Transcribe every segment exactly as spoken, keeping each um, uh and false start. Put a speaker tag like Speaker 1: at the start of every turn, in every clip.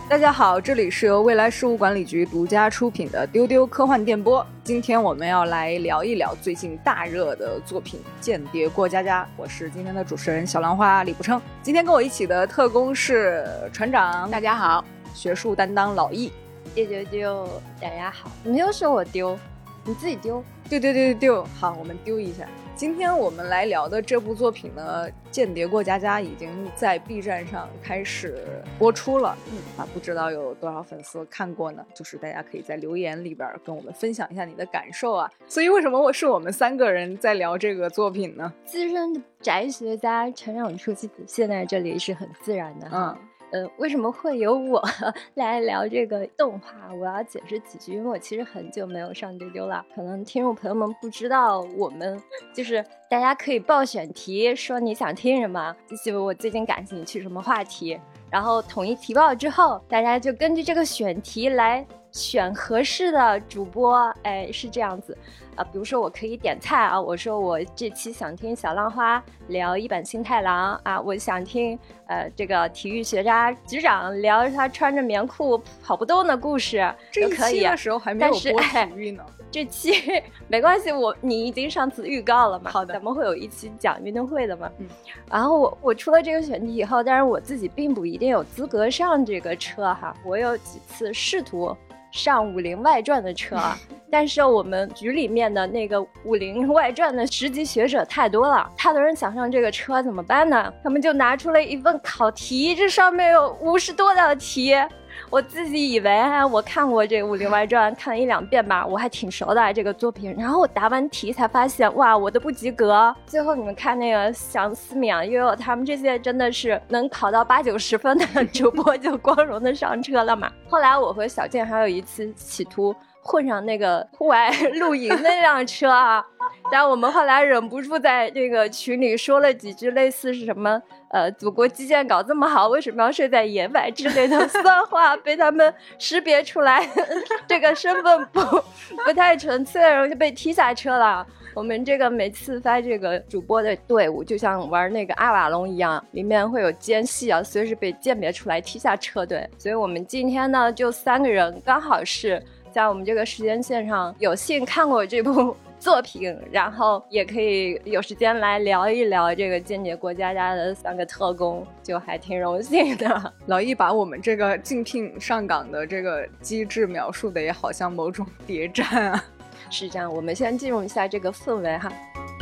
Speaker 1: 大家好，这里是由未来事务管理局独家出品的丢丢科幻电波。今天我们要来聊一聊最近大热的作品《间谍过家家》，我是今天的主持人小兰花李不称。今天跟我一起的特工是船长，
Speaker 2: 大家好；
Speaker 1: 学术担当老易，
Speaker 3: 丢丢丢，大家好。怎么又是我丢？你自己丢。
Speaker 1: 丢丢丢丢，好，我们丢一下。今天我们来聊的这部作品呢，《间谍过家家》已经在 B 站上开始播出了。嗯啊，不知道有多少粉丝看过呢？就是大家可以在留言里边跟我们分享一下你的感受啊。所以为什么我是我们三个人在聊这个作品呢？
Speaker 3: 资深的宅学家成长初期现在这里是很自然的。
Speaker 1: 嗯。
Speaker 3: 呃，为什么会有我来聊这个动画？我要解释几句，因为我其实很久没有上丢丢了，可能听众朋友们不知道，我们就是大家可以报选题，说你想听什么，就是我最近感兴趣什么话题，然后统一提报之后，大家就根据这个选题来选合适的主播。哎，是这样子。啊，比如说我可以点菜啊，我说我这期想听小浪花聊一坂新太郎啊，我想听呃这个体育学家局长聊他穿着棉裤跑不动的故事，
Speaker 1: 这一期的时候还没有播体育呢。
Speaker 3: 哎、这期没关系，我你已经上次预告了嘛，
Speaker 1: 好的，
Speaker 3: 咱们会有一期讲运动会的嘛。
Speaker 1: 嗯，
Speaker 3: 然后我我出了这个选题以后，但是我自己并不一定有资格上这个车哈，我有几次试图上武林外传的车，但是我们局里面的那个武林外传的十级学者太多了，太多人想上这个车怎么办呢？他们就拿出了一份考题，这上面有五十多道题。我自己以为我看过这个武林外传看了一两遍吧，我还挺熟的这个作品，然后我答完题才发现，哇，我的不及格。最后你们看那个像思敏啊、悠悠他们这些真的是能考到八九十分的主播就光荣的上车了嘛。后来我和小健还有一次企图混上那个户外露营的那辆车啊，但我们后来忍不住在这个群里说了几句类似是什么呃，祖国基建搞这么好，为什么要睡在野外之类的酸话，被他们识别出来这个身份不不太纯粹，然后就被踢下车了。我们这个每次发这个主播的队伍就像玩那个阿瓦隆一样，里面会有奸细啊，随时被鉴别出来踢下车队。所以我们今天呢就三个人，刚好是在我们这个时间线上有幸看过这部作品，然后也可以有时间来聊一聊这个间谍过家家的三个特工，就还挺荣幸的。
Speaker 1: 老易把我们这个竞聘上岗的这个机制描述的也好像某种谍战啊。
Speaker 3: 是这样，我们先进入一下这个氛围哈。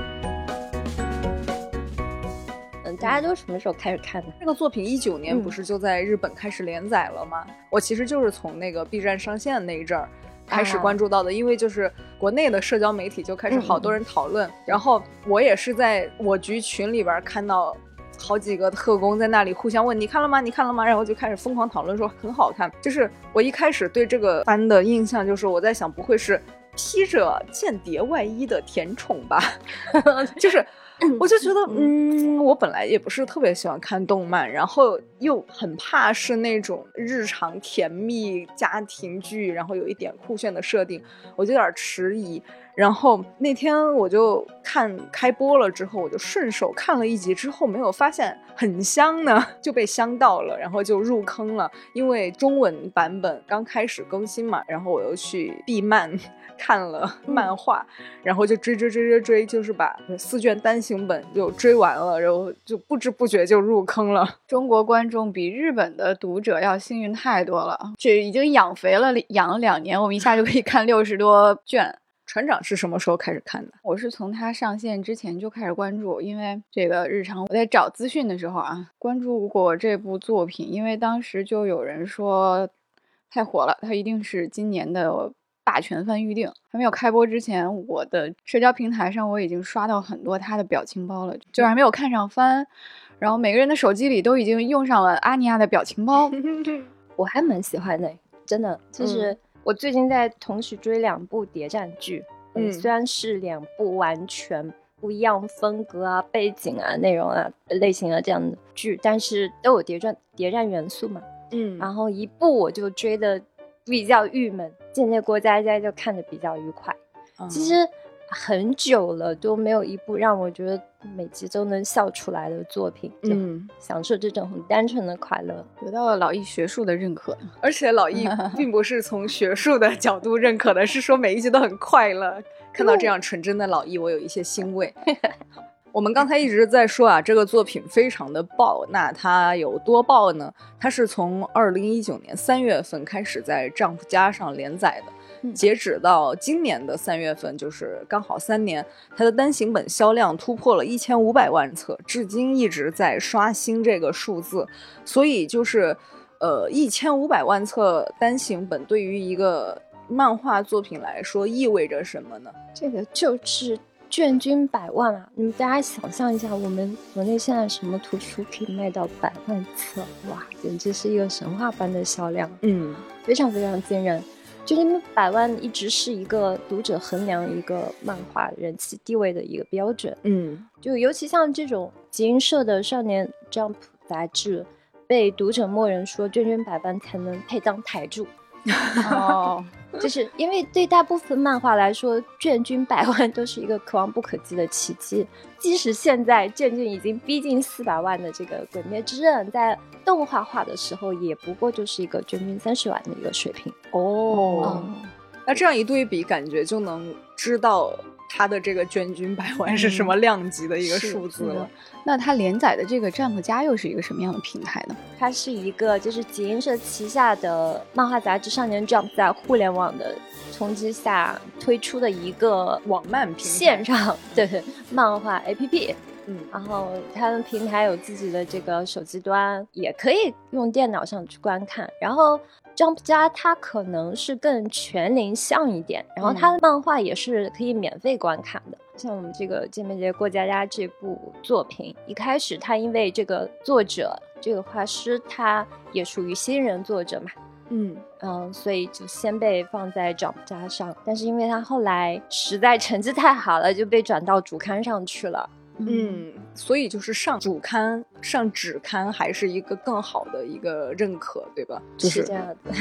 Speaker 3: 嗯，大家都什么时候开始看的？
Speaker 1: 这个作品一九年不是就在日本开始连载了吗？嗯、我其实就是从那个 B 站上线那一阵儿开始关注到的、啊、因为就是国内的社交媒体就开始好多人讨论、嗯、然后我也是在我局群里边看到好几个特工在那里互相问你看了吗你看了吗，然后就开始疯狂讨论说很好看。就是我一开始对这个番的印象就是我在想不会是披着间谍外衣的甜宠吧就是我就觉得嗯，我本来也不是特别喜欢看动漫，然后又很怕是那种日常甜蜜家庭剧，然后有一点酷炫的设定，我就有点迟疑。然后那天我就看开播了之后，我就顺手看了一集之后，没有发现很香呢，就被香到了，然后就入坑了。因为中文版本刚开始更新嘛，然后我又去闭漫看了漫画、嗯、然后就追追追追追，就是把四卷单行本就追完了，然后就不知不觉就入坑了。
Speaker 2: 中国观众比日本的读者要幸运太多了，这已经养肥了，养了两年，我们一下就可以看六十多卷。
Speaker 1: 船长是什么时候开始看的？
Speaker 2: 我是从他上线之前就开始关注，因为这个日常我在找资讯的时候啊，关注过这部作品，因为当时就有人说太火了，它一定是今年的霸权番预定。还没有开播之前，我的社交平台上我已经刷到很多他的表情包了，就是还没有看上番，然后每个人的手机里都已经用上了阿尼亚的表情包
Speaker 3: 我还蛮喜欢的，真的就是、嗯我最近在同时追两部谍战剧，嗯，虽然是两部完全不一样风格啊、背景啊、内容啊、类型啊这样的剧，但是都有谍战谍战元素嘛，嗯，然后一部我就追的比较郁闷，间谍过家家就看着比较愉快。嗯、其实很久了都没有一部让我觉得每集都能笑出来的作品，
Speaker 1: 嗯，
Speaker 3: 享受这种很单纯的快乐，
Speaker 2: 得到了老易学术的认可。
Speaker 1: 而且老易并不是从学术的角度认可的，是说每一集都很快乐。看到这样纯真的老易，我有一些欣慰。我们刚才一直在说啊，这个作品非常的爆，那它有多爆呢？它是从二零一九年三月份开始在丈夫家上连载的。截止到今年的三月份，就是刚好三年，它的单行本销量突破了一千五百万册，至今一直在刷新这个数字。所以就是，呃，一千五百万册单行本对于一个漫画作品来说意味着什么呢？
Speaker 3: 这个就是卷均百万啊！你们大家想象一下，我们国内现在什么图书可以卖到百万册？哇，简直是一个神话般的销量，
Speaker 1: 嗯，
Speaker 3: 非常非常惊人。就是百万一直是一个读者衡量一个漫画人气地位的一个标准。
Speaker 1: 嗯，
Speaker 3: 就尤其像这种集英社的少年 Jump 杂志，被读者默认说卷均百万才能配当台柱。
Speaker 2: 哦，
Speaker 3: 就是因为对大部分漫画来说，卷均百万都是一个可望不可及的奇迹。即使现在卷均已经逼近四百万的这个《鬼灭之刃》，在动画化的时候，也不过就是一个卷均三十万的一个水平。
Speaker 1: 哦，
Speaker 3: 嗯、
Speaker 1: 那这样一对比，感觉就能知道它的这个卷均百万是什么量级的一个数字了。
Speaker 2: 那它连载的这个Jump家又是一个什么样的平台呢？
Speaker 3: 它是一个就是集英社旗下的漫画杂志少年 Jump 在互联网的冲击下推出的一个
Speaker 1: 网漫平台
Speaker 3: 线上对漫画 A P P。
Speaker 1: 嗯，
Speaker 3: 然后他们平台有自己的这个手机端，也可以用电脑上去观看。然后 Jump 家它可能是更全龄向一点，然后它的漫画也是可以免费观看的。嗯、像我们这个《间谍节过家家》这部作品，一开始它因为这个作者这个画师他也属于新人作者嘛。
Speaker 1: 嗯
Speaker 3: 嗯，所以就先被放在 Jump 家上，但是因为他后来实在成绩太好了，就被转到主刊上去了。
Speaker 1: 嗯，所以就是上主刊、上纸刊还是一个更好的一个认可，对吧？
Speaker 3: 就是这样的。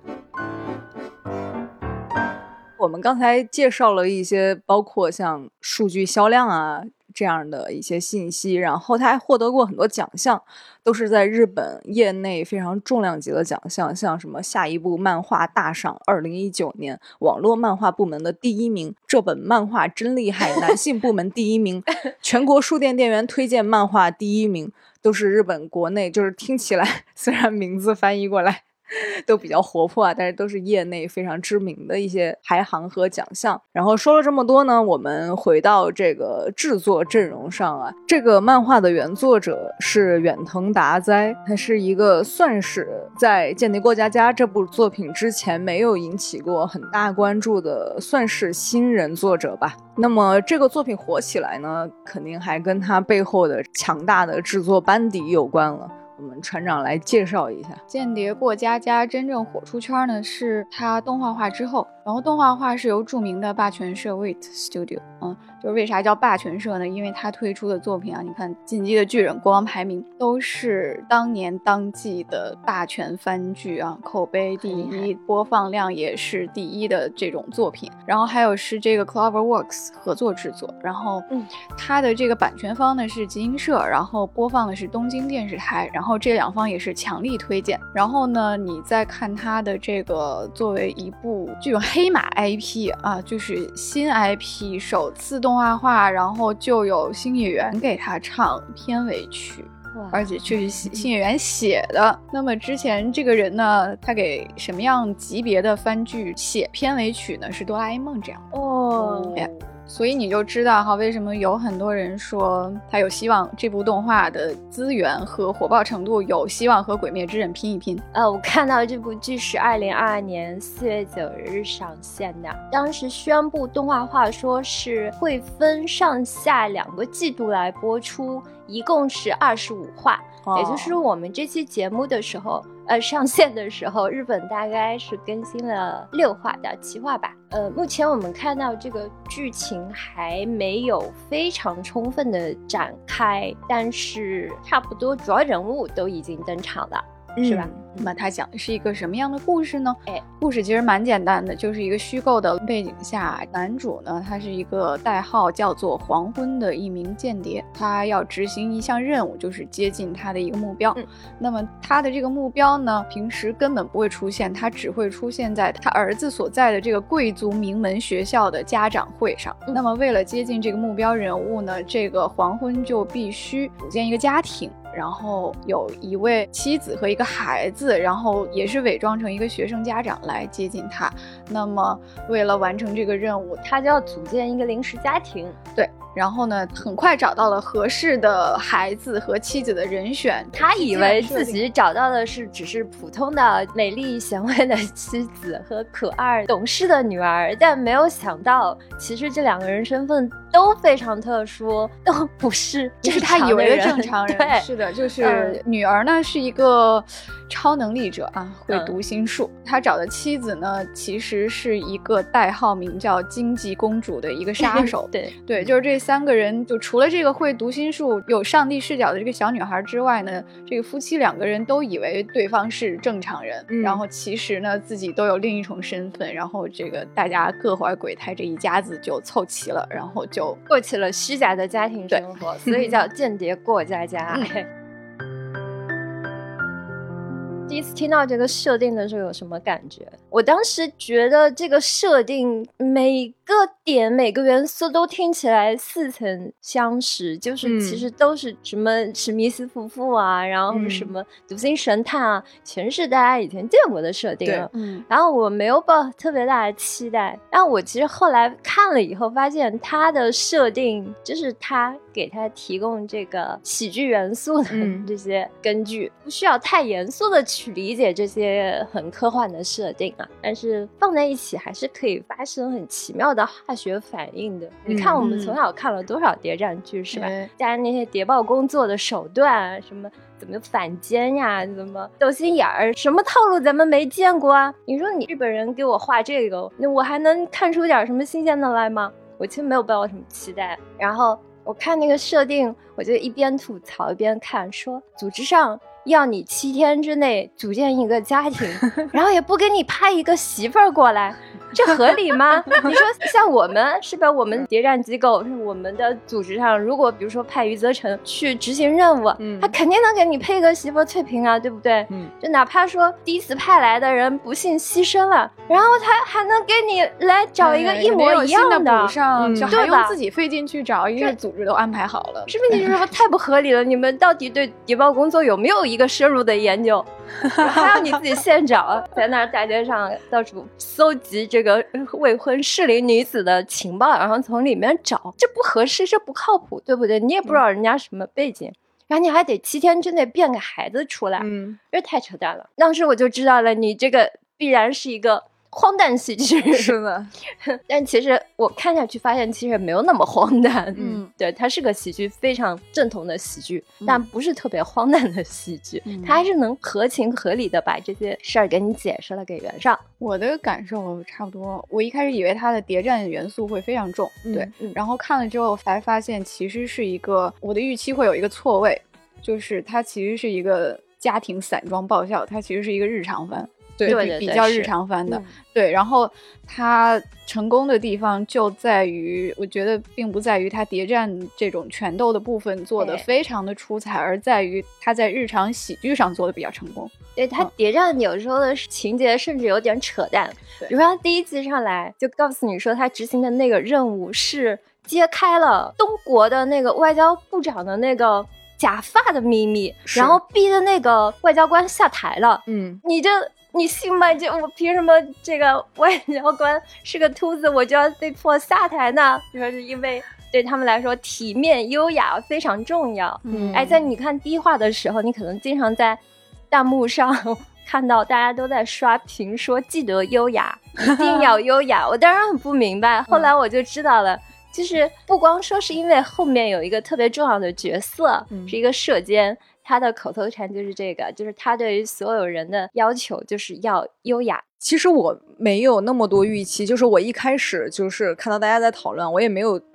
Speaker 1: 我们刚才介绍了一些，包括像数据销量啊这样的一些信息，然后他还获得过很多奖项，都是在日本业内非常重量级的奖项，像什么下一部漫画大赏二零一九年网络漫画部门的第一名，这本漫画真厉害男性部门第一名，全国书店店员推荐漫画第一名，都是日本国内，就是听起来虽然名字翻译过来都比较活泼啊，但是都是业内非常知名的一些排行和奖项。然后说了这么多呢，我们回到这个制作阵容上啊，这个漫画的原作者是远藤达哉，他是一个算是在《间谍过家家》这部作品之前没有引起过很大关注的，算是新人作者吧。那么这个作品火起来呢，肯定还跟他背后的强大的制作班底有关了。我们船长来介绍一下
Speaker 2: 《间谍过家家》真正火出圈呢，是它动画化之后，然后动画化是由著名的霸权社 Wit Studio， 嗯，就是为啥叫霸权社呢？因为它推出的作品啊，你看《进击的巨人》《国王排名》都是当年当季的霸权番剧啊，口碑第一，播放量也是第一的这种作品。然后还有是这个 Cloverworks 合作制作，然后
Speaker 3: 嗯，
Speaker 2: 它的这个版权方呢是集英社，然后播放的是东京电视台，然后这两方也是强力推荐。然后呢，你再看它的这个作为一部这种黑马 I P 啊，就是新 I P 首次动画化，然后就有新演员给他唱片尾曲，而且确实新演员写的。那么之前这个人呢，他给什么样级别的番剧写片尾曲呢？是哆啦 A 梦这样
Speaker 3: 哦。
Speaker 2: 哎，所以你就知道哈，为什么有很多人说他有希望这部动画的资源和火爆程度有希望和《鬼灭之刃》拼一拼。
Speaker 3: 呃，我看到这部剧是二零二二年四月九日上线的，当时宣布动画化说是会分上下两个季度来播出，一共是二十五话。
Speaker 1: 哦、
Speaker 3: 也就是我们这期节目的时候，呃，上线的时候，日本大概是更新了六话到七话吧。呃，目前我们看到这个剧情还没有非常充分的展开，但是差不多主要人物都已经登场了。 是吧？
Speaker 2: 那么它讲的是一个什么样的故事呢？
Speaker 3: 哎，
Speaker 2: 故事其实蛮简单的，就是一个虚构的背景下，男主呢，他是一个代号叫做黄昏的一名间谍，他要执行一项任务，就是接近他的一个目标。嗯、那么他的这个目标呢，平时根本不会出现，他只会出现在他儿子所在的这个贵族名门学校的家长会上。嗯、那么为了接近这个目标人物呢，这个黄昏就必须组建一个家庭。然后有一位妻子和一个孩子，然后也是伪装成一个学生家长来接近他。那么为了完成这个任务，
Speaker 3: 他就要组建一个临时家庭。
Speaker 2: 对，然后呢，很快找到了合适的孩子和妻子的人选。
Speaker 3: 他以为自己找到的是只是普通的美丽贤惠的妻子和可爱懂事的女儿，但没有想到，其实这两个人身份都非常特殊，都不是
Speaker 2: 就是他以为的正常人。对，是的，就是、嗯、女儿呢是一个超能力者啊，会读心术。嗯、他找的妻子呢，其实是一个代号名叫荆棘公主的一个杀手。
Speaker 3: 对
Speaker 2: 对，就是这三个人，就除了这个会读心术、有上帝视角的这个小女孩之外呢，这个夫妻两个人都以为对方是正常人，嗯、然后其实呢自己都有另一重身份，然后这个大家各怀鬼胎，这一家子就凑齐了，然后就
Speaker 3: 过起了虚假的家庭生活，所以叫间谍过家家。嗯第一次听到这个设定的时候有什么感觉？我当时觉得这个设定每个点每个元素都听起来似曾相识，就是其实都是什么史密斯夫妇啊，然后什么读心神探啊，全是大家以前见过的设定了。嗯，然后我没有抱特别大的期待，但我其实后来看了以后发现他的设定就是他给他提供这个喜剧元素的这些根据，嗯、不需要太严肃的去理解这些很科幻的设定啊，但是放在一起还是可以发生很奇妙的化学反应的。嗯、你看我们从小看了多少谍战剧，是吧？加上那些谍报工作的手段，什么怎么反奸呀，怎么斗心眼儿，什么套路咱们没见过啊？你说你日本人给我画这个，那我还能看出点什么新鲜的来吗？我其实没有抱有什么期待。然后我看那个设定，我就一边吐槽一边看，说组织上要你七天之内组建一个家庭，然后也不给你派一个媳妇儿过来，这合理吗？你说像我们是吧，我们谍战机构是我们的组织上，如果比如说派余则成去执行任务，嗯，他肯定能给你配个媳妇翠萍啊，对不对？嗯，就哪怕说第一次派来的人不幸牺牲了，然后他还能给你来找一个一模一样的，
Speaker 2: 的补上，嗯、就还用自己费劲去找，因为组织都安排好了。
Speaker 3: 是不是？你说太不合理了？你们到底对谍报工作有没有一个深入的研究？还要你自己现找，在那儿大街上到处搜集这个未婚适龄女子的情报，然后从里面找，这不合适，这不靠谱，对不对？你也不知道人家什么背景，然后你还得七天之内变个孩子出来，嗯，这太扯淡了。当时我就知道了，你这个必然是一个荒诞喜剧，
Speaker 1: 是的。
Speaker 3: 但其实我看下去发现，其实没有那么荒诞。嗯，对，它是个喜剧，非常正统的喜剧，嗯、但不是特别荒诞的喜剧。嗯、它还是能合情合理的把这些事儿给你解释了，给圆上。
Speaker 2: 我的感受差不多，我一开始以为它的谍战元素会非常重，嗯、对、嗯，然后看了之后才发现，其实是一个我的预期会有一个错位，就是它其实是一个家庭散装爆笑，它其实是一个日常番。对，
Speaker 3: 对对对，
Speaker 2: 比较日常番的、嗯、对，然后它成功的地方就在于，我觉得并不在于它谍战这种拳斗的部分做得非常的出彩，而在于它在日常喜剧上做得比较成功。
Speaker 3: 对，它谍战有时候的情节甚至有点扯淡，比如说他第一集上来就告诉你说他执行的那个任务是揭开了东国的那个外交部长的那个假发的秘密，然后逼的那个外交官下台了。嗯，你这你信吗？就我凭什么这个外交官是个秃子，我就要被迫下台呢？就说是因为对他们来说，体面优雅非常重要。嗯，哎，在你看第一话的时候，你可能经常在弹幕上看到大家都在刷屏说记得优雅，一定要优雅。我当然很不明白，后来我就知道了。就是不光说是因为后面有一个特别重要的角色、嗯、是一个射监，他的口头禅就是这个，就是他对于所有人的要求就是要优雅。
Speaker 1: 其实我没有那么多预期，就是我一开始就是看到大家在讨论，我也没有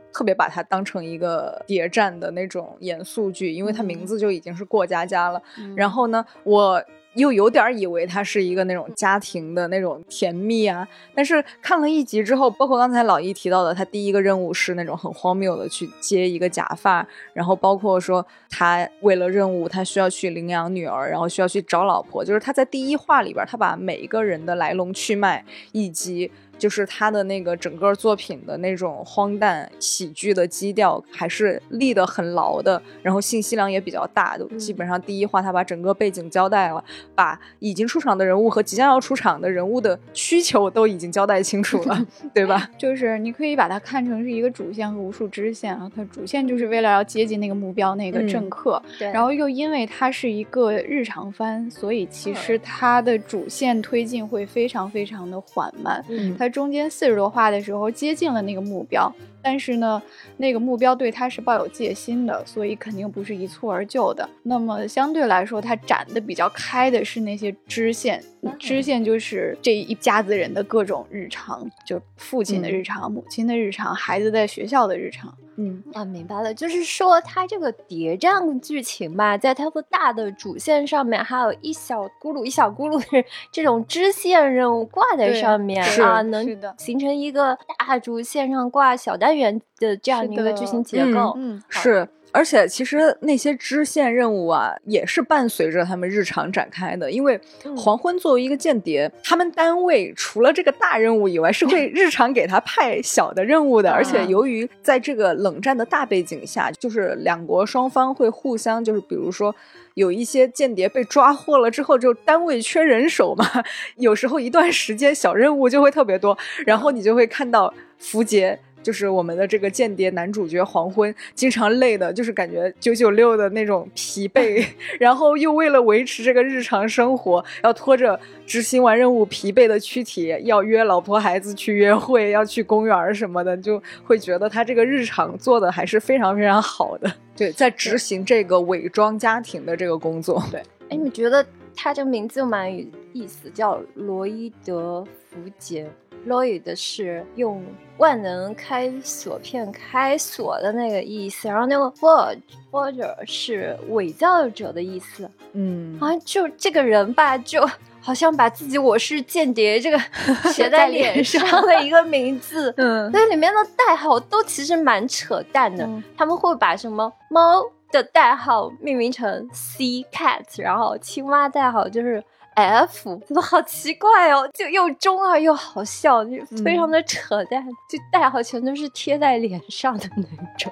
Speaker 1: 特别把它当成一个谍战的那种严肃剧，因为它名字就已经是过家家了、嗯、然后呢我又有点以为它是一个那种家庭的那种甜蜜啊，但是看了一集之后，包括刚才老一提到的，他第一个任务是那种很荒谬的去接一个假发，然后包括说他为了任务他需要去领养女儿，然后需要去找老婆，就是他在第一话里边他把每一个人的来龙去脉以及就是他的那个整个作品的那种荒诞喜剧的基调还是立得很牢的，然后信息量也比较大，就基本上第一话他把整个背景交代了，把已经出场的人物和即将要出场的人物的需求都已经交代清楚了对吧？
Speaker 2: 就是你可以把它看成是一个主线和无数支线啊，它主线就是为了要接近那个目标那个政客、嗯、对，然后又因为它是一个日常番，所以其实它的主线推进会非常非常的缓慢，嗯，它中间四十多话的时候接近了那个目标，但是呢那个目标对他是抱有戒心的，所以肯定不是一蹴而就的。那么相对来说他展的比较开的是那些支线，支线就是这一家子人的各种日常，就父亲的日常、嗯、母亲的日常，孩子在学校的日常。
Speaker 3: 嗯啊，明白了，就是说它这个谍战剧情吧，在它的大的主线上面还有一小咕噜一小咕噜的这种支线任务挂在上面啊，能形成一个大主线上挂小单元的这样一个剧情结构。
Speaker 1: 嗯，嗯是。而且其实那些支线任务啊也是伴随着他们日常展开的，因为黄昏作为一个间谍、嗯、他们单位除了这个大任务以外是会日常给他派小的任务的而且由于在这个冷战的大背景下，就是两国双方会互相就是比如说有一些间谍被抓获了之后就单位缺人手嘛，有时候一段时间小任务就会特别多，然后你就会看到福杰就是我们的这个间谍男主角黄昏经常累的就是感觉九九六的那种疲惫然后又为了维持这个日常生活要拖着执行完任务疲惫的躯体要约老婆孩子去约会要去公园什么的，就会觉得他这个日常做的还是非常非常好的。对，在执行这个伪装家庭的这个工作。对，
Speaker 3: 哎，你觉得他这个名字蛮有意思，叫罗伊德福杰。Lloyd 是用万能开锁片开锁的那个意思，然后那个 forge forger 是伪造者的意思。
Speaker 1: 嗯，
Speaker 3: 好像就这个人吧，就好像把自己我是间谍这个写在脸上的一个名字。嗯，那里面的代号都其实蛮扯淡的、嗯、他们会把什么猫的代号命名成 C cat， 然后青蛙代号就是F， 真的好奇怪哦，就又中二又好笑，就非常的扯淡、嗯、就代号全都是贴在脸上的那种。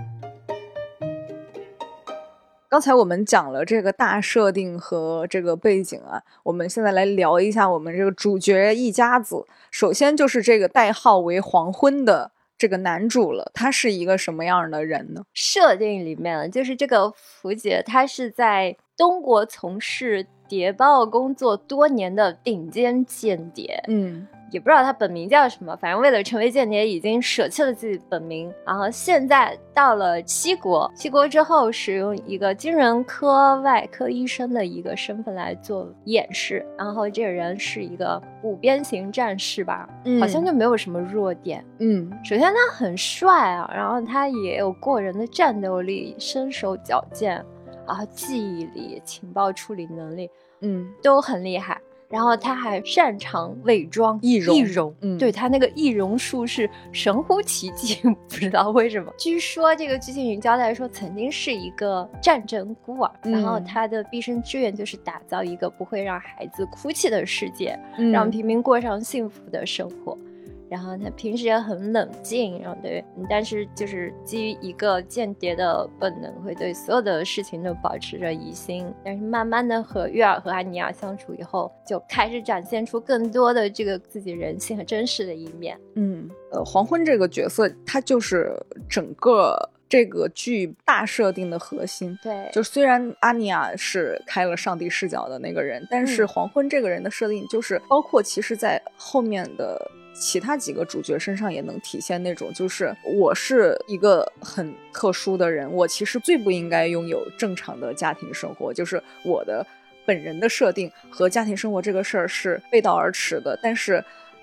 Speaker 1: 刚才我们讲了这个大设定和这个背景啊，我们现在来聊一下我们这个主角一家子。首先就是这个代号为黄昏的这个男主了，他是一个什么样的人呢？
Speaker 3: 设定里面就是这个福杰，他是在东国从事谍报工作多年的顶尖间谍。
Speaker 1: 嗯，
Speaker 3: 也不知道他本名叫什么，反正为了成为间谍已经舍弃了自己本名，然后现在到了西国，西国之后使用一个精神科外科医生的一个身份来做掩饰，然后这个人是一个五边形战士吧、嗯、好像就没有什么弱点。
Speaker 1: 嗯，
Speaker 3: 首先他很帅啊，然后他也有过人的战斗力，身手矫健，然后记忆力、情报处理能力
Speaker 1: 嗯
Speaker 3: 都很厉害，然后他还擅长伪装
Speaker 1: 易容，
Speaker 3: 易容、嗯、对，他那个易容术是神乎其技不知道为什么。据说这个剧情里交代说曾经是一个战争孤儿、嗯、然后他的毕生志愿就是打造一个不会让孩子哭泣的世界、嗯、让平民过上幸福的生活。然后他平时也很冷静，然后对，但是就是基于一个间谍的本能，会对所有的事情都保持着疑心。但是慢慢的和约尔和安妮亚相处以后，就开始展现出更多的这个自己人性和真实的一面。
Speaker 1: 嗯，呃，黄昏这个角色，他就是整个这个剧大设定的核心。
Speaker 3: 对，
Speaker 1: 就虽然阿尼亚是开了上帝视角的那个人，但是黄昏这个人的设定就是包括其实在后面的其他几个主角身上也能体现那种，就是我是一个很特殊的人，我其实最不应该拥有正常的家庭生活，就是我的本人的设定和家庭生活这个事儿是背道而驰的，但是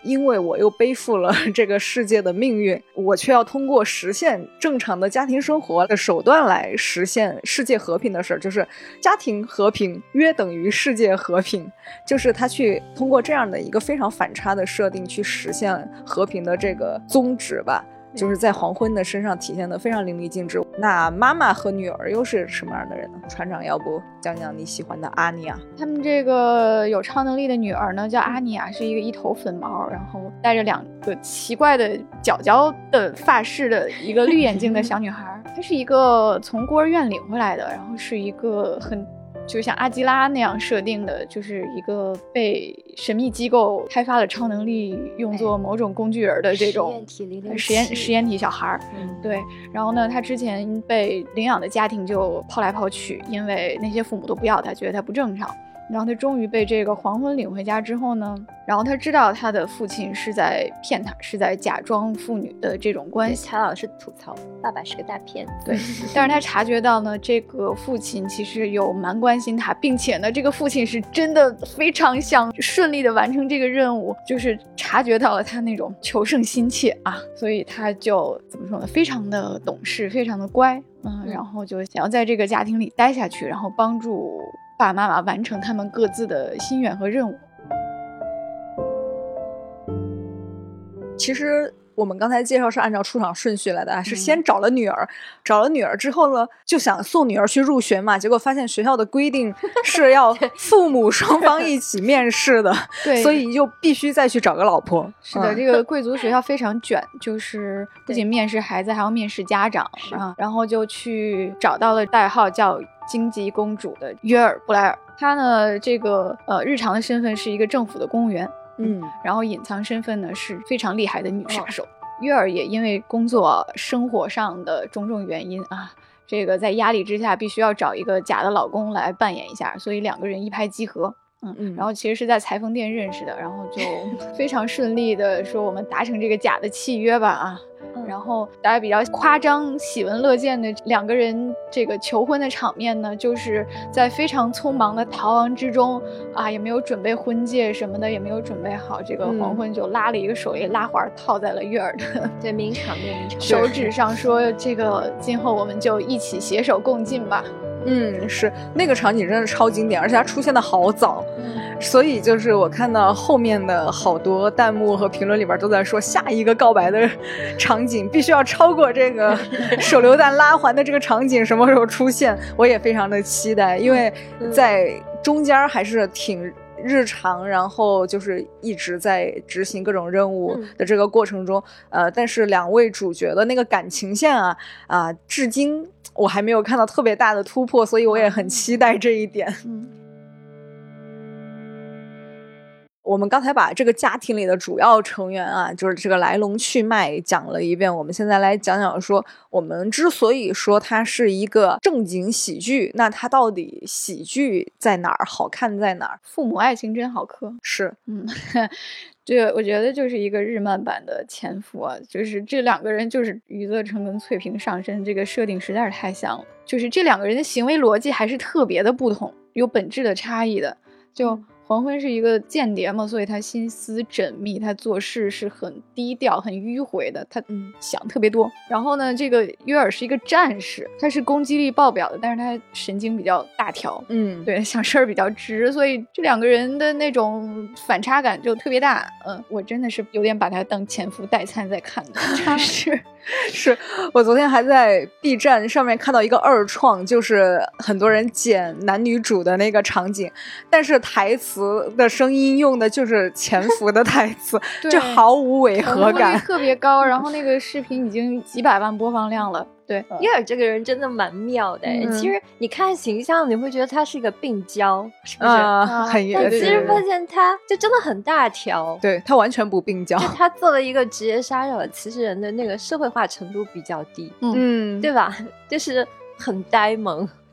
Speaker 1: 因为我又背负了这个世界的命运，我却要通过实现正常的家庭生活的手段来实现世界和平的事儿，就是家庭和平约等于世界和平，就是他去通过这样的一个非常反差的设定去实现和平的这个宗旨吧，就是在黄昏的身上体现的非常淋漓尽致。那妈妈和女儿又是什么样的人呢？船长要不讲讲你喜欢的阿尼亚？
Speaker 2: 他们这个有超能力的女儿呢叫阿尼亚，是一个一头粉毛，然后带着两个奇怪的角角的发饰的一个绿眼镜的小女孩。她是一个从孤儿院领回来的，然后是一个很就像阿基拉那样设定的，就是一个被神秘机构开发了超能力用作某种工具人的这种
Speaker 3: 实验体
Speaker 2: 实验实验体小孩。嗯，对。然后呢，他之前被领养的家庭就抛来抛去，因为那些父母都不要他，觉得他不正常。然后他终于被这个黄昏领回家之后呢，然后他知道他的父亲是在骗他，是在假装父女的这种关系。
Speaker 3: 他老是吐槽爸爸是个大骗子，
Speaker 2: 对。但是他察觉到呢，这个父亲其实有蛮关心他，并且呢，这个父亲是真的非常想顺利的完成这个任务，就是察觉到了他那种求胜心切啊，所以他就怎么说呢，非常的懂事，非常的乖，嗯，然后就想要在这个家庭里待下去，然后帮助爸爸妈妈完成他们各自的心愿和任务。
Speaker 1: 其实我们刚才介绍是按照出场顺序来的，是先找了女儿、嗯、找了女儿之后呢，就想送女儿去入学嘛，结果发现学校的规定是要父母双方一起面试的对，所以就必须再去找个老婆。
Speaker 2: 是的、嗯、这个贵族学校非常卷，就是不仅面试孩子还要面试家长啊，然后就去找到了代号叫荆棘公主的约尔布莱尔。她呢这个呃日常的身份是一个政府的公务员，嗯，然后隐藏身份呢是非常厉害的女杀手。哦、约尔也因为工作生活上的种种原因啊，这个在压力之下必须要找一个假的老公来扮演一下，所以两个人一拍即合。嗯嗯，然后其实是在裁缝店认识的，然后就非常顺利的说我们达成这个假的契约吧啊。然后大家比较夸张喜闻乐见的两个人这个求婚的场面呢，就是在非常匆忙的逃亡之中啊，也没有准备婚戒什么的，也没有准备好，这个黄昏就拉了一个手艺拉环套在了月儿的
Speaker 3: 对名场面名场面
Speaker 2: 手指上，说这个今后我们就一起携手共进吧。
Speaker 1: 嗯，是那个场景真的超经典，而且它出现的好早、嗯、所以就是我看到后面的好多弹幕和评论里边都在说下一个告白的场景必须要超过这个手榴弹拉环的这个场景什么时候出现，我也非常的期待，因为在中间还是挺日常，然后就是一直在执行各种任务的这个过程中、嗯、呃，但是两位主角的那个感情线啊啊、呃，至今我还没有看到特别大的突破，所以我也很期待这一点。嗯，我们刚才把这个家庭里的主要成员啊，就是这个来龙去脉讲了一遍，我们现在来讲讲说，我们之所以说它是一个正经喜剧，那它到底喜剧在哪儿，好看在哪儿？
Speaker 2: 父母爱情真好磕。
Speaker 1: 是，
Speaker 2: 嗯。这个我觉得就是一个日漫版的前夫啊，就是这两个人就是余则成跟翠萍上身，这个设定实在是太像了，就是这两个人的行为逻辑还是特别的不同，有本质的差异的。就黄昏是一个间谍嘛，所以他心思缜密，他做事是很低调很迂回的，他想特别多。然后呢这个约尔是一个战士，他是攻击力爆表的，但是他神经比较大条，嗯，对，想事儿比较直，所以这两个人的那种反差感就特别大。嗯，我真的是有点把他当前夫代餐在看的。是
Speaker 1: 是我昨天还在 B 站上面看到一个二创，就是很多人剪男女主的那个场景，但是台词的声音用的就是前夫的台词就毫无违和感，
Speaker 2: 特别高，然后那个视频已经几百万播放量了。对，
Speaker 3: 约尔这个人真的蛮妙的、嗯、其实你看形象你会觉得他是一个病娇，是不是、
Speaker 1: 呃、很
Speaker 3: 但其实发现他就真的很大条，
Speaker 1: 对，他完全不病娇，
Speaker 3: 就他作为一个职业杀手其实人的那个社会化程度比较低，嗯，对吧，就是很呆萌，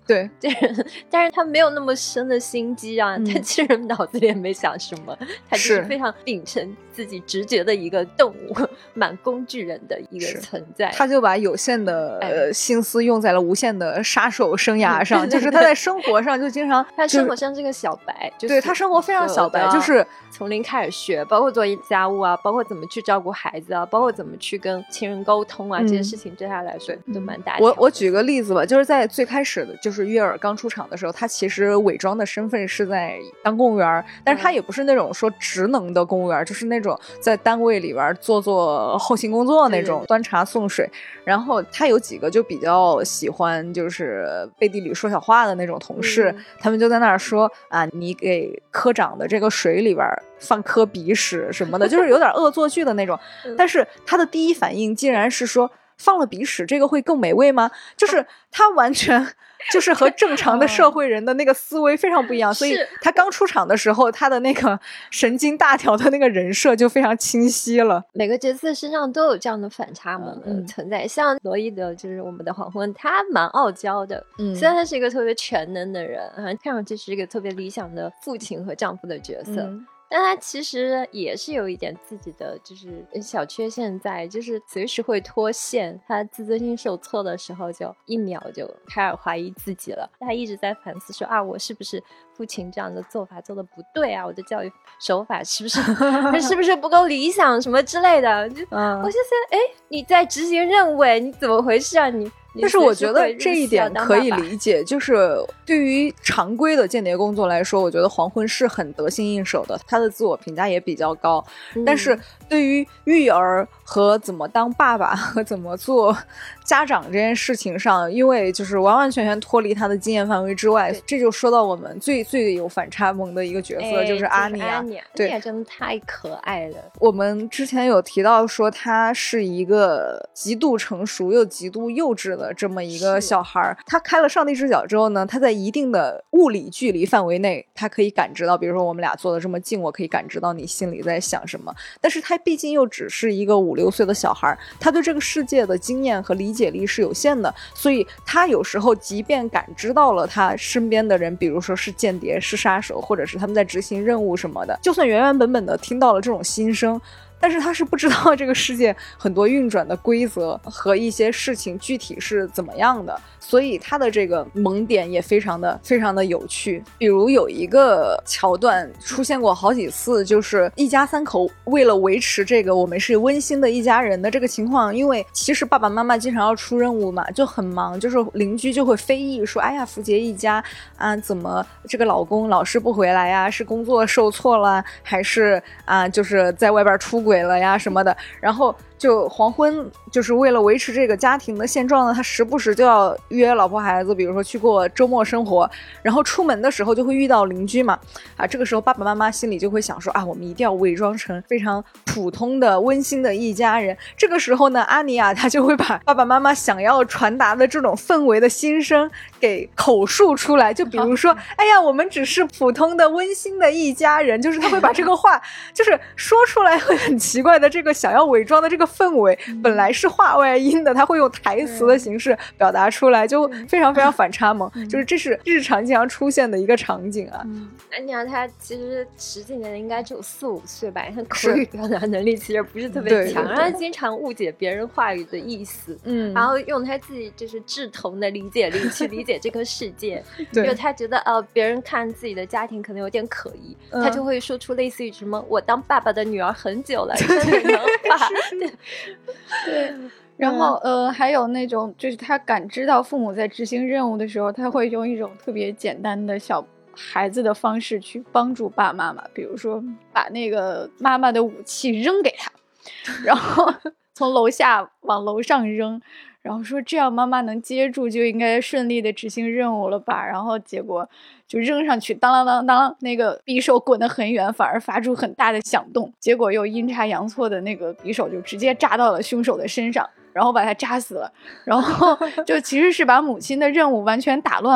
Speaker 1: 对，
Speaker 3: 但是他没有那么深的心机啊，
Speaker 1: 嗯、
Speaker 3: 他其实脑子里也没想什么，他就是非常秉承自己直觉的一个动物，蛮工具人的一个存在。
Speaker 1: 他就把有限的、呃、心思用在了无限的杀手生涯上，就是他在生活上就经常，
Speaker 3: 他生活上是个小白，就是、
Speaker 1: 对他生活非常小白，就是
Speaker 3: 从零开始学，包括做家务啊，包括怎么去照顾孩子啊，包括怎么去跟亲人沟通啊，嗯、这些事情对他来说都蛮大的。
Speaker 1: 我我举个例子吧，就是在最开始的，就是约尔刚出场的时候，他其实伪装的身份是在当公务员，但是他也不是那种说职能的公务员，嗯、就是那种在单位里边做做后勤工作那种，端茶送水。然后他有几个就比较喜欢就是背地里说小话的那种同事，嗯、他们就在那儿说啊，你给科长的这个水里边放颗鼻屎什么的，就是有点恶作剧的那种。嗯、但是他的第一反应竟然是说，放了鼻屎这个会更美味吗？就是他完全就是和正常的社会人的那个思维非常不一样，所以他刚出场的时候他的那个神经大条的那个人设就非常清晰了。
Speaker 3: 每个角色身上都有这样的反差萌的存在，嗯、像罗伊德就是我们的黄昏，他蛮傲娇的，嗯、虽然他是一个特别全能的人，看上去是一个特别理想的父亲和丈夫的角色，嗯但他其实也是有一点自己的就是小缺陷在，就是随时会脱线，他自尊心受挫的时候就一秒就开始怀疑自己了，他一直在反思说啊，我是不是父亲这样的做法做的不对啊，我的教育手法是不是是不是不够理想什么之类的，就、嗯、我就想哎，你在执行任务，你怎么回事啊你
Speaker 1: 但是我觉得这一点可以理解，就是对于常规的间谍工作来说，我觉得黄昏是很得心应手的，他的自我评价也比较高，嗯、但是对于育儿和怎么当爸爸和怎么做家长这件事情上，因为就是完完全全脱离他的经验范围之外，这就说到我们最最有反差萌的一个角色，
Speaker 3: 哎、
Speaker 1: 就是阿尼亚。
Speaker 3: 阿尼亚，对，真的太可爱了。
Speaker 1: 我们之前有提到说他是一个极度成熟又极度幼稚的这么一个小孩，他开了上帝视角之后呢，他在一定的物理距离范围内，他可以感知到，比如说我们俩坐得这么近，我可以感知到你心里在想什么。但是他毕竟又只是一个五六岁的小孩，他对这个世界的经验和理解力是有限的，所以他有时候即便感知到了他身边的人，比如说是间谍、是杀手，或者是他们在执行任务什么的，就算原原本本的听到了这种心声，但是他是不知道这个世界很多运转的规则和一些事情具体是怎么样的，所以他的这个萌点也非常的非常的有趣。比如有一个桥段出现过好几次，就是一家三口为了维持这个我们是温馨的一家人的这个情况，因为其实爸爸妈妈经常要出任务嘛，就很忙，就是邻居就会非议说，哎呀，福杰一家啊，怎么这个老公老是不回来呀？是工作受挫了，还是啊，就是在外边出轨了呀什么的。然后就黄昏就是为了维持这个家庭的现状呢，他时不时就要约老婆孩子，比如说去过周末生活，然后出门的时候就会遇到邻居嘛，啊，这个时候爸爸妈妈心里就会想说啊，我们一定要伪装成非常普通的温馨的一家人。这个时候呢，阿尼亚他就会把爸爸妈妈想要传达的这种氛围的心声给口述出来，就比如说哎呀，我们只是普通的温馨的一家人，就是他会把这个话就是说出来，会很奇怪的这个想要伪装的这个氛围本来是话外音的，他会用台词的形式表达出来，就非常非常反差萌，就是这是日常经常出现的一个场景啊。
Speaker 3: 安妮亚她其实实际年龄应该只有四五岁吧，她口语表达能力其实不是特别强，然后她经常误解别人话语的意思，嗯，然后用她自己就是志同的理解力去理解这个世界，因为她觉得呃别人看自己的家庭可能有点可疑，她、嗯、就会说出类似于什么我当爸爸的女儿很久了这种话。
Speaker 2: 对对，然后呃，还有那种就是他感知到父母在执行任务的时候，他会用一种特别简单的小孩子的方式去帮助爸妈妈，比如说把那个妈妈的武器扔给他，然后从楼下往楼上扔，然后说这样妈妈能接住，就应该顺利的执行任务了吧，然后结果就扔上去，当当当当，那个匕首滚得很远，反而发出很大的响动，结果又阴差阳错的那个匕首就直接扎到了凶手的身上，然后把他扎死了，然后就其实是把母亲的任务完全打乱了。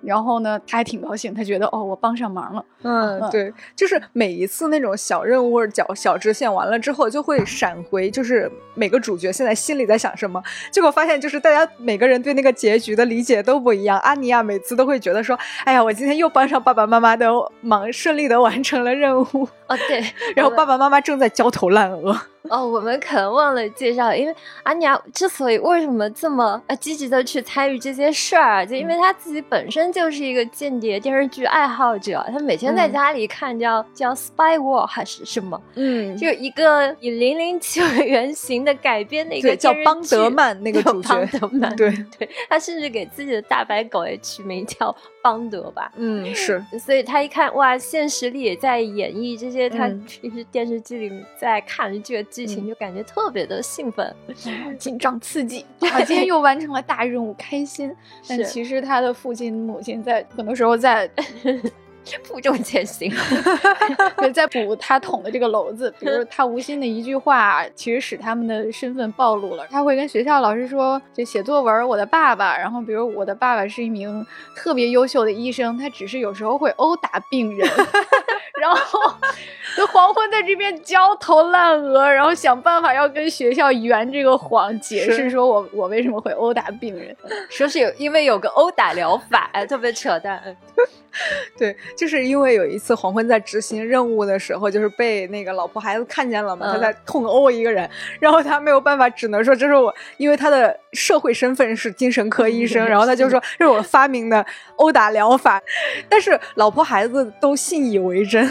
Speaker 2: 然后呢他还挺高兴，他觉得哦我帮上忙了。
Speaker 1: 嗯，对，就是每一次那种小任务小小支线完了之后，就会闪回，就是每个主角现在心里在想什么。结果发现就是大家每个人对那个结局的理解都不一样。阿尼亚每次都会觉得说，哎呀，我今天又帮上爸爸妈妈的忙，顺利的完成了任务。
Speaker 3: 哦，对，
Speaker 1: 然后爸爸妈妈正在焦头烂额。
Speaker 3: 哦，我们可能忘了介绍，因为阿尼亚之所以为什么这么呃积极的去参与这些事儿啊，就因为他自己本身就是一个间谍电视剧爱好者，他每天在家里看叫、嗯、叫 Spy War 还是什么，嗯，就一个以零零七为原型的改编的一个电视剧，
Speaker 1: 对，叫邦德曼那个主角，
Speaker 3: 邦德曼，
Speaker 1: 对
Speaker 3: 对，他甚至给自己的大白狗也取名叫邦德吧，
Speaker 1: 嗯，是，
Speaker 3: 所以他一看哇，现实里也在演绎这些他平时电视剧里面在看的这个剧情，就感觉特别的兴奋、
Speaker 2: 嗯、紧张刺激啊！今天又完成了大任务，开心。但其实他的父亲母亲在很多时候在
Speaker 3: 负重前行
Speaker 2: 在补他捅的这个篓子，比如他无心的一句话其实使他们的身份暴露了。他会跟学校老师说，就写作文我的爸爸，然后比如我的爸爸是一名特别优秀的医生，他只是有时候会殴打病人然后就黄昏在这边焦头烂额，然后想办法要跟学校圆这个谎，解释说我我为什么会殴打病人，
Speaker 3: 说是有因为有个殴打疗法，特别扯淡
Speaker 1: 对，就是因为有一次黄昏在执行任务的时候，就是被那个老婆孩子看见了嘛，嗯、他在痛殴一个人，然后他没有办法，只能说这是我，因为他的社会身份是精神科医生，然后他就说这是我发明的殴打疗法，但是老婆孩子都信以为真。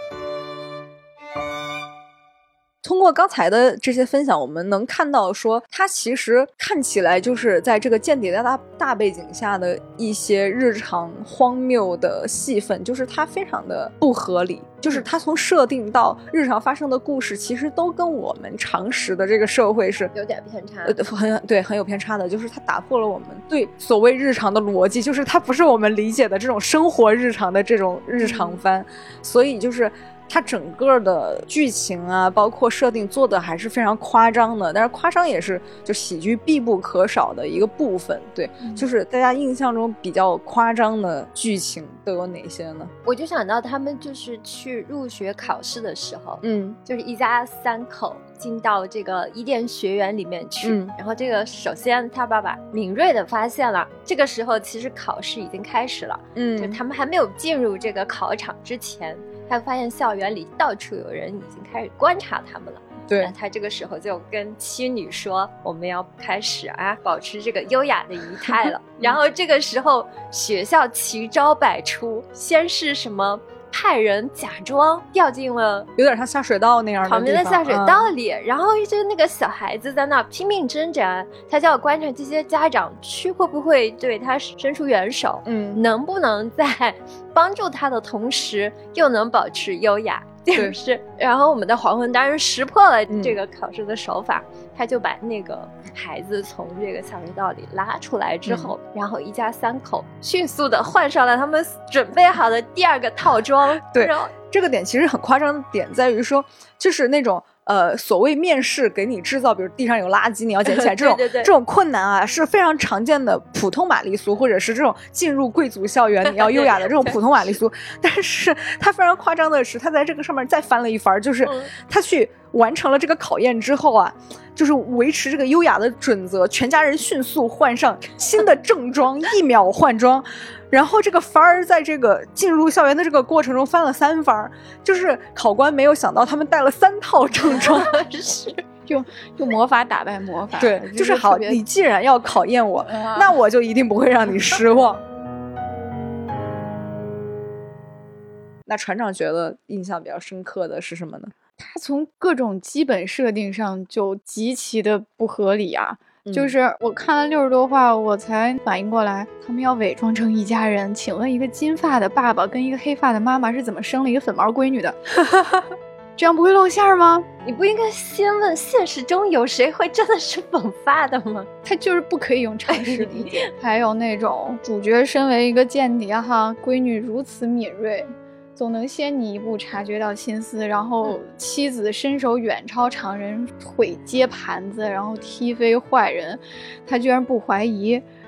Speaker 1: 通过刚才的这些分享，我们能看到说它其实看起来就是在这个间谍的大大背景下的一些日常荒谬的戏份，就是它非常的不合理，就是它从设定到日常发生的故事其实都跟我们常识的这个社会是
Speaker 3: 有点偏差、
Speaker 1: 呃、很对很有偏差的，就是它打破了我们对所谓日常的逻辑，就是它不是我们理解的这种生活日常的这种日常番、嗯、所以就是它整个的剧情啊包括设定做的还是非常夸张的，但是夸张也是就喜剧必不可少的一个部分。对、嗯、就是大家印象中比较夸张的剧情都有哪些呢？
Speaker 3: 我就想到他们就是去入学考试的时候，
Speaker 1: 嗯，
Speaker 3: 就是一家三口进到这个伊甸学园里面去、嗯、然后这个首先他爸爸敏锐的发现了这个时候其实考试已经开始了，嗯，就他们还没有进入这个考场之前，他发现校园里到处有人已经开始观察他们了。
Speaker 1: 对，
Speaker 3: 他这个时候就跟妻女说我们要开始啊保持这个优雅的仪态了然后这个时候学校奇招百出，先是什么派人假装掉进了
Speaker 1: 有点像下水道那样的地方
Speaker 3: 旁边的下水道里、嗯、然后一直那个小孩子在那拼命挣扎，他就要观察这些家长去会不会对他伸出援手，嗯，能不能在帮助他的同时又能保持优雅，就是，然后我们的黄昏当然识破了这个考试的手法、嗯、他就把那个孩子从这个下水道里拉出来之后、嗯、然后一家三口迅速的换上了他们准备好的第二个套装。
Speaker 1: 对，这个点其实很夸张的点在于说，就是那种呃，所谓面试给你制造，比如地上有垃圾你要捡起来这种
Speaker 3: 对对对
Speaker 1: 这种困难啊，是非常常见的普通玛丽苏，或者是这种进入贵族校园你要优雅的这种普通玛丽苏。但是他非常夸张的是，他在这个上面再翻了一番，就是他去完成了这个考验之后啊，就是维持这个优雅的准则，全家人迅速换上新的正装，一秒换装。然后这个番儿在这个进入校园的这个过程中翻了三番，就是考官没有想到他们带了三套正装
Speaker 2: 是用用魔法打败魔法。
Speaker 1: 对，就是好，你既然要考验我、啊、那我就一定不会让你失望那船长觉得印象比较深刻的是什么呢？
Speaker 2: 他从各种基本设定上就极其的不合理啊，就是我看了六十多话我才反应过来他们要伪装成一家人。请问一个金发的爸爸跟一个黑发的妈妈是怎么生了一个粉毛闺女的这样不会露馅吗？
Speaker 3: 你不应该先问现实中有谁会真的是粉发的吗？
Speaker 2: 他就是不可以用常识理解还有那种主角身为一个间谍哈，闺女如此敏锐，总能先你一步察觉到心思，然后妻子身手远超常人，会接盘子然后踢飞坏人，他居然不怀疑，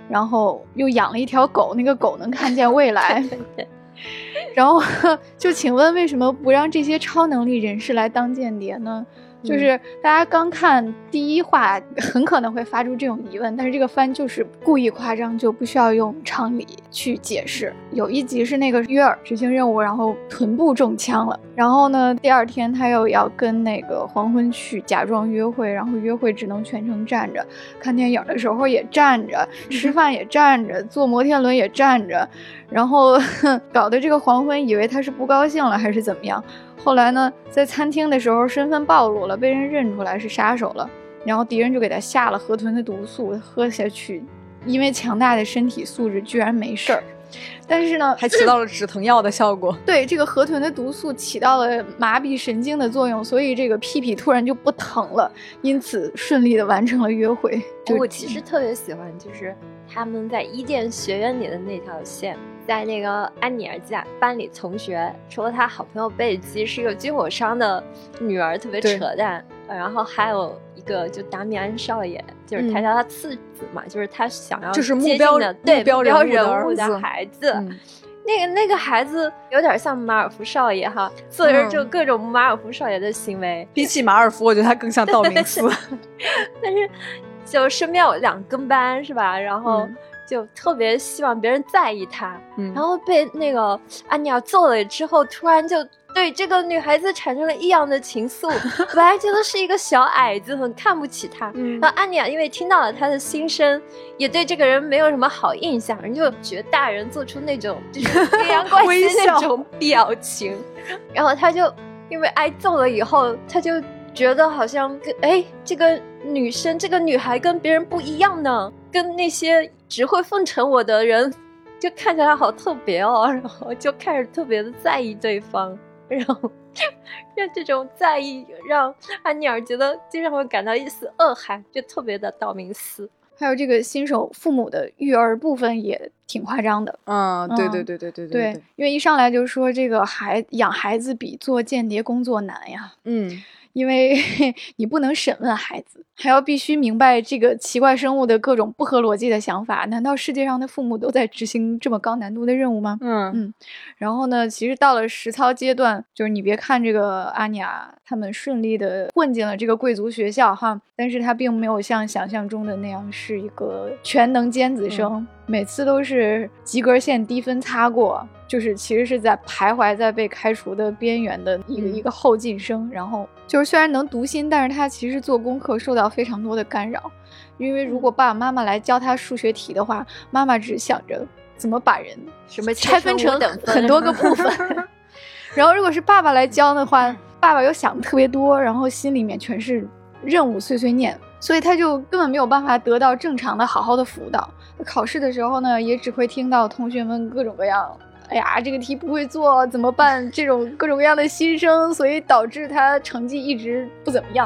Speaker 2: 然后又养了一条狗，那个狗能看见未来。然后就请问为什么不让这些超能力人士来当间谍呢？就是大家刚看第一话很可能会发出这种疑问，但是这个番就是故意夸张，就不需要用常理去解释。有一集是那个约尔执行任务，然后臀部中枪了，然后呢第二天他又要跟那个黄昏去假装约会，然后约会只能全程站着，看电影的时候也站着，吃饭也站着，坐摩天轮也站着，然后搞得这个黄昏以为他是不高兴了还是怎么样。后来呢，在餐厅的时候身份暴露了，被人认出来是杀手了，然后敌人就给他下了河豚的毒素，喝下去，因为强大的身体素质居然没事儿，但是呢，
Speaker 1: 还起到了止疼药的效果。
Speaker 2: 对，这个河豚的毒素起到了麻痹神经的作用，所以这个屁屁突然就不疼了，因此顺利的完成了约会。就
Speaker 3: 我其实特别喜欢，就是他们在伊甸学院里的那条线。在那个安妮尔家班里，同学除了他好朋友贝基是一个军火商的女儿，特别扯淡，然后还有一个就达米安少爷，就是他叫他次子嘛，嗯、就是他想要
Speaker 1: 就是目标
Speaker 3: 的对
Speaker 1: 目标
Speaker 3: 人物的孩子。
Speaker 1: 嗯、
Speaker 3: 那个那个孩子有点像马尔福少爷哈，做着就各种马尔福少爷的行为。
Speaker 1: 嗯、比起马尔福，我觉得他更像道明寺。
Speaker 3: 但是就身边有两跟班是吧？然后。嗯就特别希望别人在意他，嗯、然后被那个安妮尔揍了之后，突然就对这个女孩子产生了异样的情愫。本来觉得是一个小矮子，很看不起他。嗯、然后安妮尔因为听到了他的心声，也对这个人没有什么好印象，人就觉得大人做出那种就是阴阳怪气那种表情。然后他就因为挨揍了以后，他就觉得好像哎，这个女生这个女孩跟别人不一样呢，跟那些只会奉承我的人就看起来好特别哦，然后就开始特别的在意对方，然后让这种在意让安妮尔觉得经常会感到一丝恶寒，就特别的道明寺。
Speaker 2: 还有这个新手父母的育儿部分也挺夸张的。
Speaker 1: 嗯，对对对对对
Speaker 2: 对, 对，因为一上来就说这个孩养孩子比做间谍工作难呀。
Speaker 1: 嗯。
Speaker 2: 因为你不能审问孩子，还要必须明白这个奇怪生物的各种不合逻辑的想法。难道世界上的父母都在执行这么高难度的任务吗？
Speaker 1: 嗯
Speaker 2: 嗯。然后呢，其实到了实操阶段，就是你别看这个阿尼亚他们顺利的混进了这个贵族学校哈，但是他并没有像想象中的那样是一个全能尖子生，嗯、每次都是及格线低分擦过。就是其实是在徘徊在被开除的边缘的一个、嗯、一个后进生，然后就是虽然能读心，但是他其实做功课受到非常多的干扰，因为如果爸爸妈妈来教他数学题的话，妈妈只想着怎么把人
Speaker 3: 什么
Speaker 2: 拆分成很多个部分，然后如果是爸爸来教的话，爸爸又想的特别多，然后心里面全是任务碎碎念，所以他就根本没有办法得到正常的好好的辅导。考试的时候呢，也只会听到同学们各种各样哎呀，这个题不会做怎么办？这种各种各样的心声，所以导致他成绩一直不怎么样。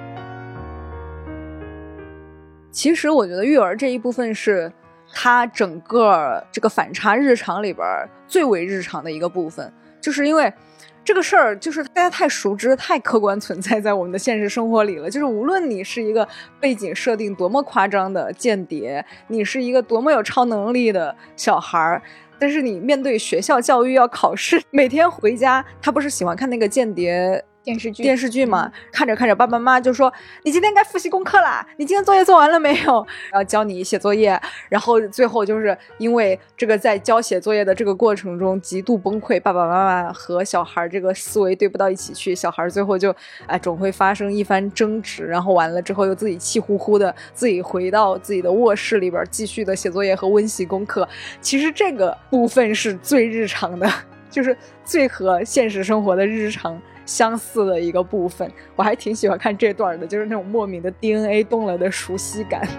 Speaker 1: 其实我觉得育儿这一部分是他整个这个反差日常里边最为日常的一个部分，就是因为这个事儿就是大家太熟知、太客观存在在我们的现实生活里了。就是无论你是一个背景设定多么夸张的间谍，你是一个多么有超能力的小孩，但是你面对学校教育要考试，每天回家，他不是喜欢看那个间谍
Speaker 2: 电视剧
Speaker 1: 电视剧嘛、嗯、看着看着爸爸妈妈就说你今天该复习功课啦，你今天作业做完了没有，然后教你写作业，然后最后就是因为这个在教写作业的这个过程中极度崩溃，爸爸妈妈和小孩这个思维对不到一起去，小孩最后就哎总会发生一番争执，然后完了之后又自己气呼呼的自己回到自己的卧室里边继续的写作业和温习功课。其实这个部分是最日常的，就是最和现实生活的日常相似的一个部分。我还挺喜欢看这段的，就是那种莫名的 D N A 动了的熟悉感。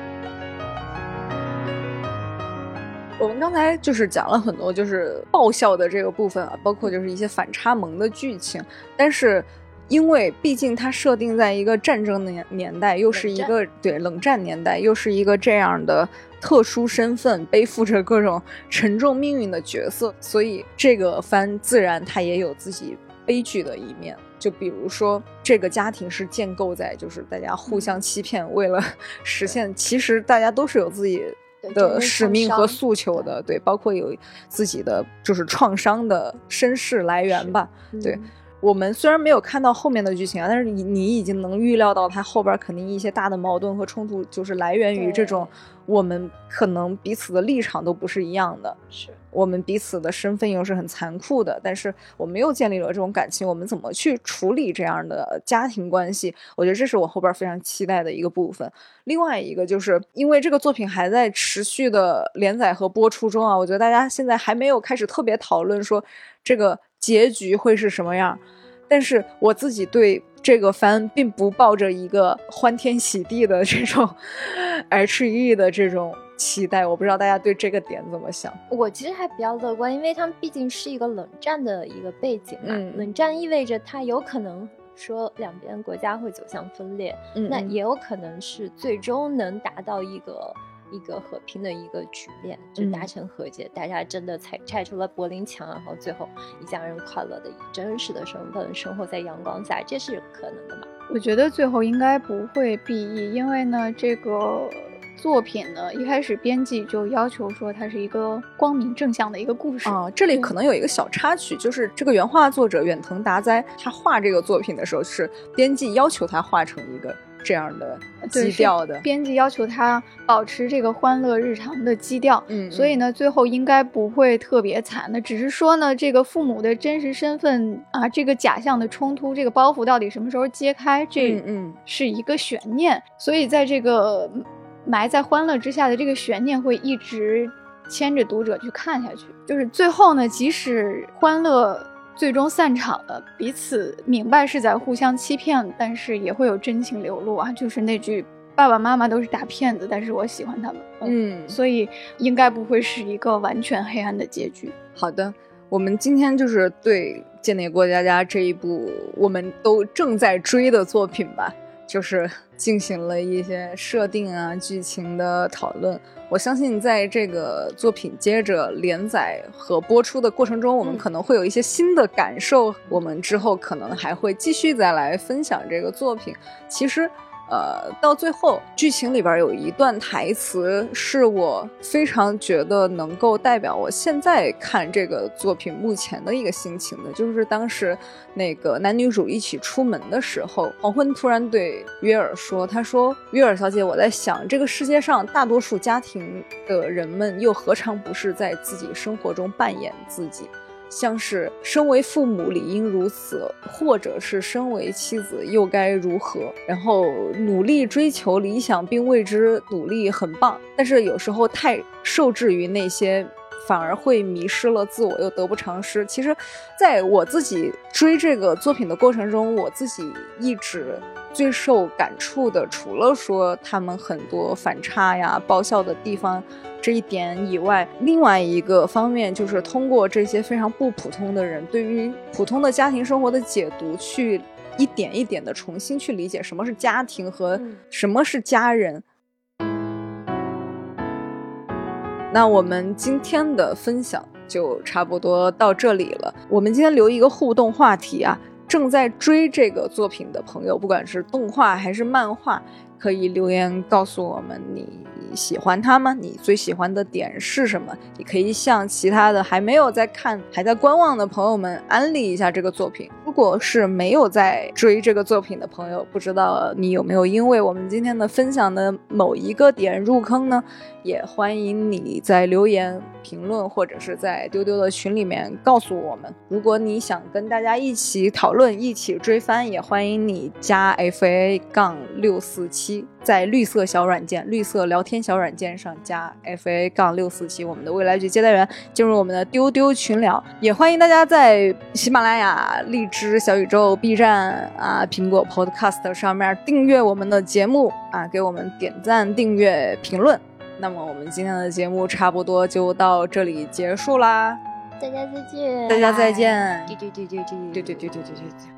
Speaker 1: 我们刚才就是讲了很多就是爆笑的这个部分啊，包括就是一些反差萌的剧情，但是因为毕竟它设定在一个战争的年代，又是一个对冷战年代，又是一个这样的特殊身份，背负着各种沉重命运的角色，所以这个番自然它也有自己悲剧的一面。就比如说这个家庭是建构在就是大家互相欺骗，为了实现其实大家都是有自己的使命和诉求的，对，包括有自己的就是创伤的身世来源吧，对。嗯，我们虽然没有看到后面的剧情啊，但是你你已经能预料到它后边肯定一些大的矛盾和冲突，就是来源于这种我们可能彼此的立场都不是一样的，
Speaker 3: 是
Speaker 1: 我们彼此的身份又是很残酷的，但是我们又建立了这种感情，我们怎么去处理这样的家庭关系？我觉得这是我后边非常期待的一个部分。另外一个就是因为这个作品还在持续的连载和播出中啊，我觉得大家现在还没有开始特别讨论说这个结局会是什么样，但是我自己对这个番并不抱着一个欢天喜地的这种 H E 的这种期待，我不知道大家对这个点怎么想。
Speaker 3: 我其实还比较乐观，因为他们毕竟是一个冷战的一个背景嘛，
Speaker 1: 嗯、
Speaker 3: 冷战意味着它有可能说两边国家会走向分裂，
Speaker 1: 嗯、
Speaker 3: 那也有可能是最终能达到一个一个和平的一个局面，就达成和解、嗯、大家真的拆拆除了柏林墙，然后最后一家人快乐的以真实的身份生活在阳光下，这是有可能的嘛？
Speaker 2: 我觉得最后应该不会 B E， 因为呢这个作品呢一开始编辑就要求说它是一个光明正向的一个故事
Speaker 1: 啊。这里可能有一个小插曲，就是这个原画作者远藤达哉他画这个作品的时候是编辑要求他画成一个这样的基调的，
Speaker 2: 编辑要求他保持这个欢乐日常的基调，
Speaker 1: 嗯，
Speaker 2: 所以呢最后应该不会特别惨的，只是说呢这个父母的真实身份啊，这个假象的冲突，这个包袱到底什么时候揭开，这是一个悬念，嗯嗯，所以在这个埋在欢乐之下的这个悬念会一直牵着读者去看下去，就是最后呢即使欢乐最终散场了，彼此明白是在互相欺骗，但是也会有真情流露啊，就是那句爸爸妈妈都是大骗子，但是我喜欢他们，嗯，嗯所以应该不会是一个完全黑暗的结局。
Speaker 1: 好的，我们今天就是对《间谍过家家》这一部我们都正在追的作品吧，就是进行了一些设定啊剧情的讨论。我相信在这个作品接着连载和播出的过程中，我们可能会有一些新的感受，我们之后可能还会继续再来分享这个作品。其实呃，到最后剧情里边有一段台词是我非常觉得能够代表我现在看这个作品目前的一个心情的，就是当时那个男女主一起出门的时候，黄昏突然对约尔说，他说约尔小姐，我在想这个世界上大多数家庭的人们又何尝不是在自己生活中扮演自己，像是身为父母理应如此，或者是身为妻子又该如何，然后努力追求理想并为之努力很棒，但是有时候太受制于那些反而会迷失了自我又得不偿失。其实在我自己追这个作品的过程中，我自己一直最受感触的，除了说他们很多反差呀爆笑的地方这一点以外，另外一个方面就是通过这些非常不普通的人对于普通的家庭生活的解读，去一点一点的重新去理解什么是家庭和什么是家人。那我们今天的分享就差不多到这里了。我们今天留一个互动话题啊，正在追这个作品的朋友，不管是动画还是漫画，可以留言告诉我们你喜欢它吗？你最喜欢的点是什么？也可以向其他的还没有在看还在观望的朋友们安利一下这个作品。如果是没有在追这个作品的朋友，不知道你有没有因为我们今天的分享的某一个点入坑呢？也欢迎你在留言评论或者是在丢丢的群里面告诉我们。如果你想跟大家一起讨论一起追番，也欢迎你加 F A 六四七，在绿色小软件绿色聊天小软件上加 F A 六四七，我们的未来局接待员进入我们的丢丢群聊。也欢迎大家在喜马拉雅、荔枝、小宇宙、B 站啊、苹果 Podcast 上面订阅我们的节目啊，给我们点赞、订阅、评论。那么我们今天的节目差不多就到这里结束啦，
Speaker 3: 大家再见，
Speaker 1: 大家再见，
Speaker 3: 对对对对对
Speaker 1: 对对对对对对。